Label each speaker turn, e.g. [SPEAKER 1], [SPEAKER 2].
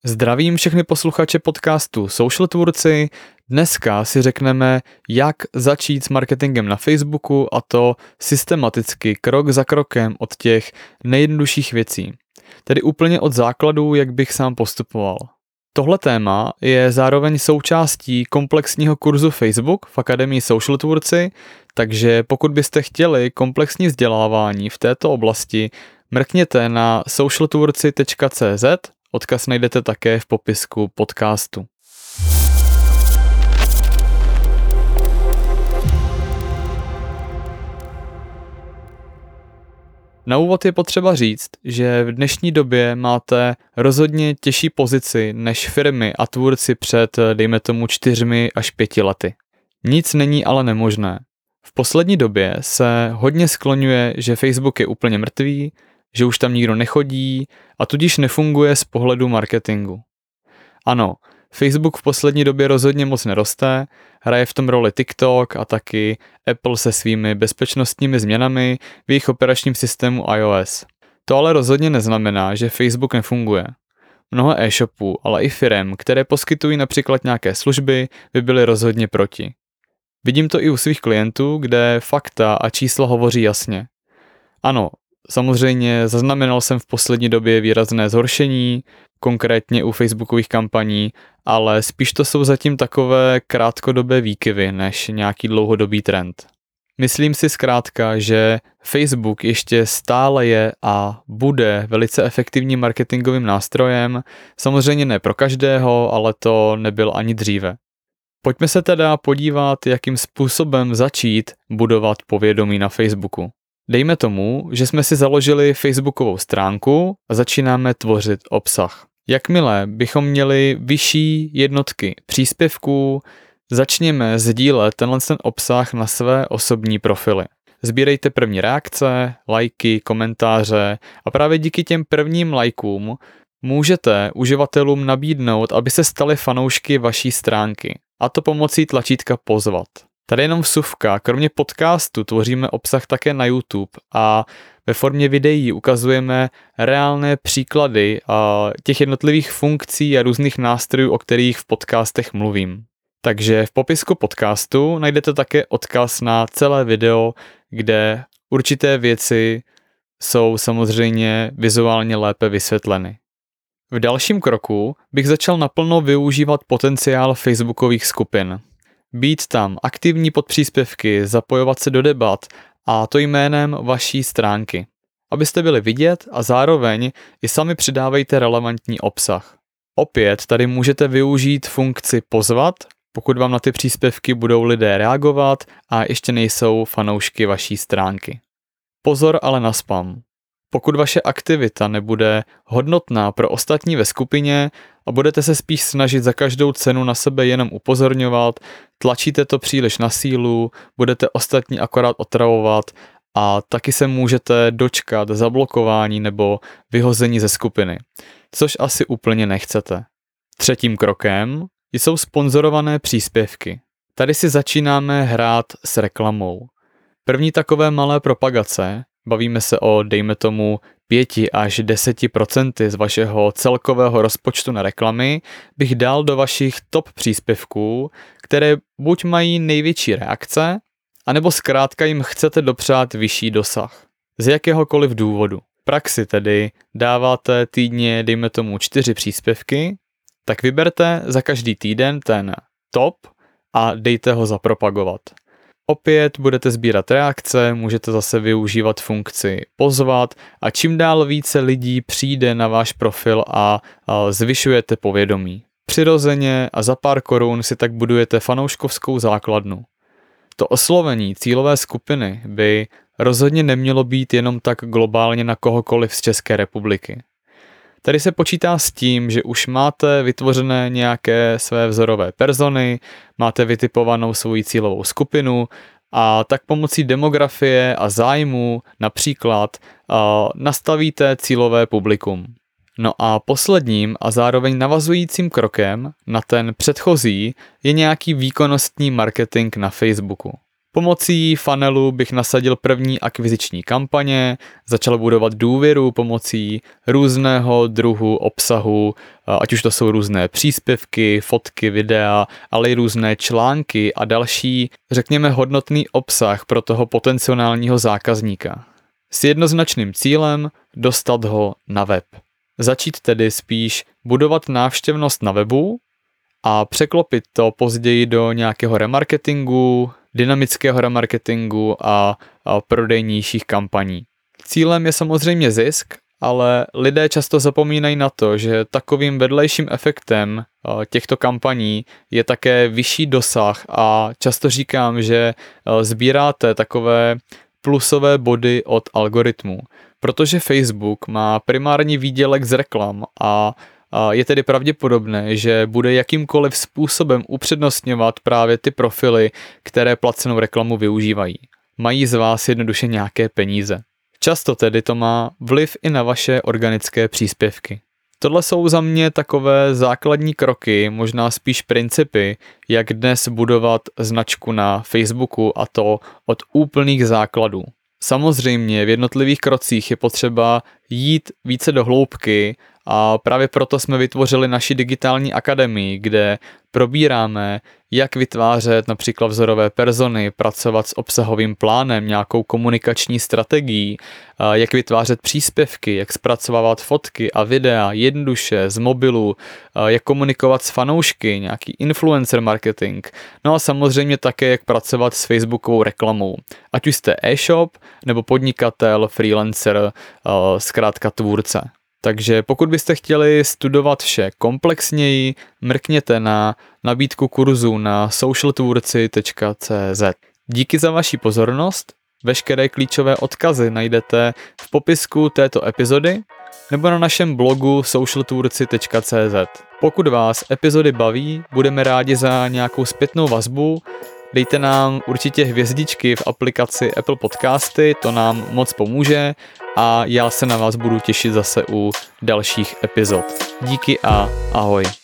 [SPEAKER 1] Zdravím všechny posluchače podcastu Social tvůrci. Dneska si řekneme, jak začít s marketingem na Facebooku, a to systematicky, krok za krokem od těch nejjednodušších věcí. Tedy úplně od základu, jak bych sám postupoval. Tohle téma je zároveň součástí komplexního kurzu Facebook v Akademii Social tvůrci, takže pokud byste chtěli komplexní vzdělávání v této oblasti, mrkněte na socialtvůrci.cz. Odkaz najdete také v popisku podcastu. Na úvod je potřeba říct, že v dnešní době máte rozhodně těžší pozici než firmy a tvůrci před, dejme tomu, 4 až 5 lety. Nic není ale nemožné. V poslední době se hodně skloňuje, že Facebook je úplně mrtvý, že už tam nikdo nechodí a tudíž nefunguje z pohledu marketingu. Ano, Facebook v poslední době rozhodně moc neroste, hraje v tom roli TikTok a taky Apple se svými bezpečnostními změnami v jejich operačním systému iOS. To ale rozhodně neznamená, že Facebook nefunguje. Mnoho e-shopů, ale i firem, které poskytují například nějaké služby, by byly rozhodně proti. Vidím to i u svých klientů, kde fakta a čísla hovoří jasně. Ano, samozřejmě zaznamenal jsem v poslední době výrazné zhoršení, konkrétně u facebookových kampaní, ale spíš to jsou zatím takové krátkodobé výkyvy než nějaký dlouhodobý trend. Myslím si zkrátka, že Facebook ještě stále je a bude velice efektivním marketingovým nástrojem, samozřejmě ne pro každého, ale to nebyl ani dříve. Pojďme se teda podívat, jakým způsobem začít budovat povědomí na Facebooku. Dejme tomu, že jsme si založili facebookovou stránku a začínáme tvořit obsah. Jakmile bychom měli vyšší jednotky příspěvků, začněme sdílet ten obsah na své osobní profily. Sbírejte první reakce, lajky, komentáře a právě díky těm prvním lajkům můžete uživatelům nabídnout, aby se stali fanoušky vaší stránky. A to pomocí tlačítka pozvat. Tady jenom vsuvka, kromě podcastu tvoříme obsah také na YouTube a ve formě videí ukazujeme reálné příklady těch jednotlivých funkcí a různých nástrojů, o kterých v podcastech mluvím. Takže v popisku podcastu najdete také odkaz na celé video, kde určité věci jsou samozřejmě vizuálně lépe vysvětleny. V dalším kroku bych začal naplno využívat potenciál facebookových skupin. Být tam aktivní pod příspěvky, zapojovat se do debat a to jménem vaší stránky. Abyste byli vidět a zároveň i sami přidávejte relevantní obsah. Opět tady můžete využít funkci pozvat, pokud vám na ty příspěvky budou lidé reagovat a ještě nejsou fanoušky vaší stránky. Pozor ale na spam. Pokud vaše aktivita nebude hodnotná pro ostatní ve skupině a budete se spíš snažit za každou cenu na sebe jenom upozorňovat, tlačíte to příliš na sílu, budete ostatní akorát otravovat a taky se můžete dočkat zablokování nebo vyhození ze skupiny, což asi úplně nechcete. Třetím krokem jsou sponzorované příspěvky. Tady si začínáme hrát s reklamou. První takové malé propagace, bavíme se o, dejme tomu, 5 až 10% z vašeho celkového rozpočtu na reklamy, bych dal do vašich top příspěvků, které buď mají největší reakce, anebo zkrátka jim chcete dopřát vyšší dosah. Z jakéhokoliv důvodu. V praxi tedy dáváte týdně, dejme tomu, 4 příspěvky, tak vyberte za každý týden ten top a dejte ho zapropagovat. Opět budete sbírat reakce, můžete zase využívat funkci pozvat a čím dál více lidí přijde na váš profil a zvyšujete povědomí. Přirozeně a za pár korun si tak budujete fanouškovskou základnu. To oslovení cílové skupiny by rozhodně nemělo být jenom tak globálně na kohokoliv z České republiky. Tady se počítá s tím, že už máte vytvořené nějaké své vzorové persony, máte vytipovanou svoji cílovou skupinu a tak pomocí demografie a zájmu například nastavíte cílové publikum. No a posledním a zároveň navazujícím krokem na ten předchozí je nějaký výkonnostní marketing na Facebooku. Pomocí funnelu bych nasadil první akviziční kampaně, začal budovat důvěru pomocí různého druhu obsahu, ať už to jsou různé příspěvky, fotky, videa, ale i různé články a další, řekněme, hodnotný obsah pro toho potenciálního zákazníka. S jednoznačným cílem dostat ho na web. Začít tedy spíš budovat návštěvnost na webu a překlopit to později do nějakého remarketingu, dynamického remarketingu a prodejnějších kampaní. Cílem je samozřejmě zisk, ale lidé často zapomínají na to, že takovým vedlejším efektem těchto kampaní je také vyšší dosah a často říkám, že sbíráte takové plusové body od algoritmu, protože Facebook má primární výdělek z reklam a je tedy pravděpodobné, že bude jakýmkoliv způsobem upřednostňovat právě ty profily, které placenou reklamu využívají. Mají z vás jednoduše nějaké peníze. Často tedy to má vliv i na vaše organické příspěvky. Tohle jsou za mě takové základní kroky, možná spíš principy, jak dnes budovat značku na Facebooku, a to od úplných základů. Samozřejmě v jednotlivých krocích je potřeba jít více do hloubky a právě proto jsme vytvořili naši digitální akademii, kde probíráme, jak vytvářet například vzorové persony, pracovat s obsahovým plánem, nějakou komunikační strategií, jak vytvářet příspěvky, jak zpracovávat fotky a videa jednoduše z mobilu, jak komunikovat s fanoušky, nějaký influencer marketing, no a samozřejmě také jak pracovat s facebookovou reklamou. Ať už jste e-shop nebo podnikatel, freelancer, zkrátka tvůrce. Takže pokud byste chtěli studovat vše komplexněji, mrkněte na nabídku kurzu na socialtvůrci.cz. Díky za vaši pozornost, veškeré klíčové odkazy najdete v popisku této epizody nebo na našem blogu socialtvůrci.cz. Pokud vás epizody baví, budeme rádi za nějakou zpětnou vazbu. Dejte nám určitě hvězdičky v aplikaci Apple Podcasty, to nám moc pomůže a já se na vás budu těšit zase u dalších epizod. Díky a ahoj.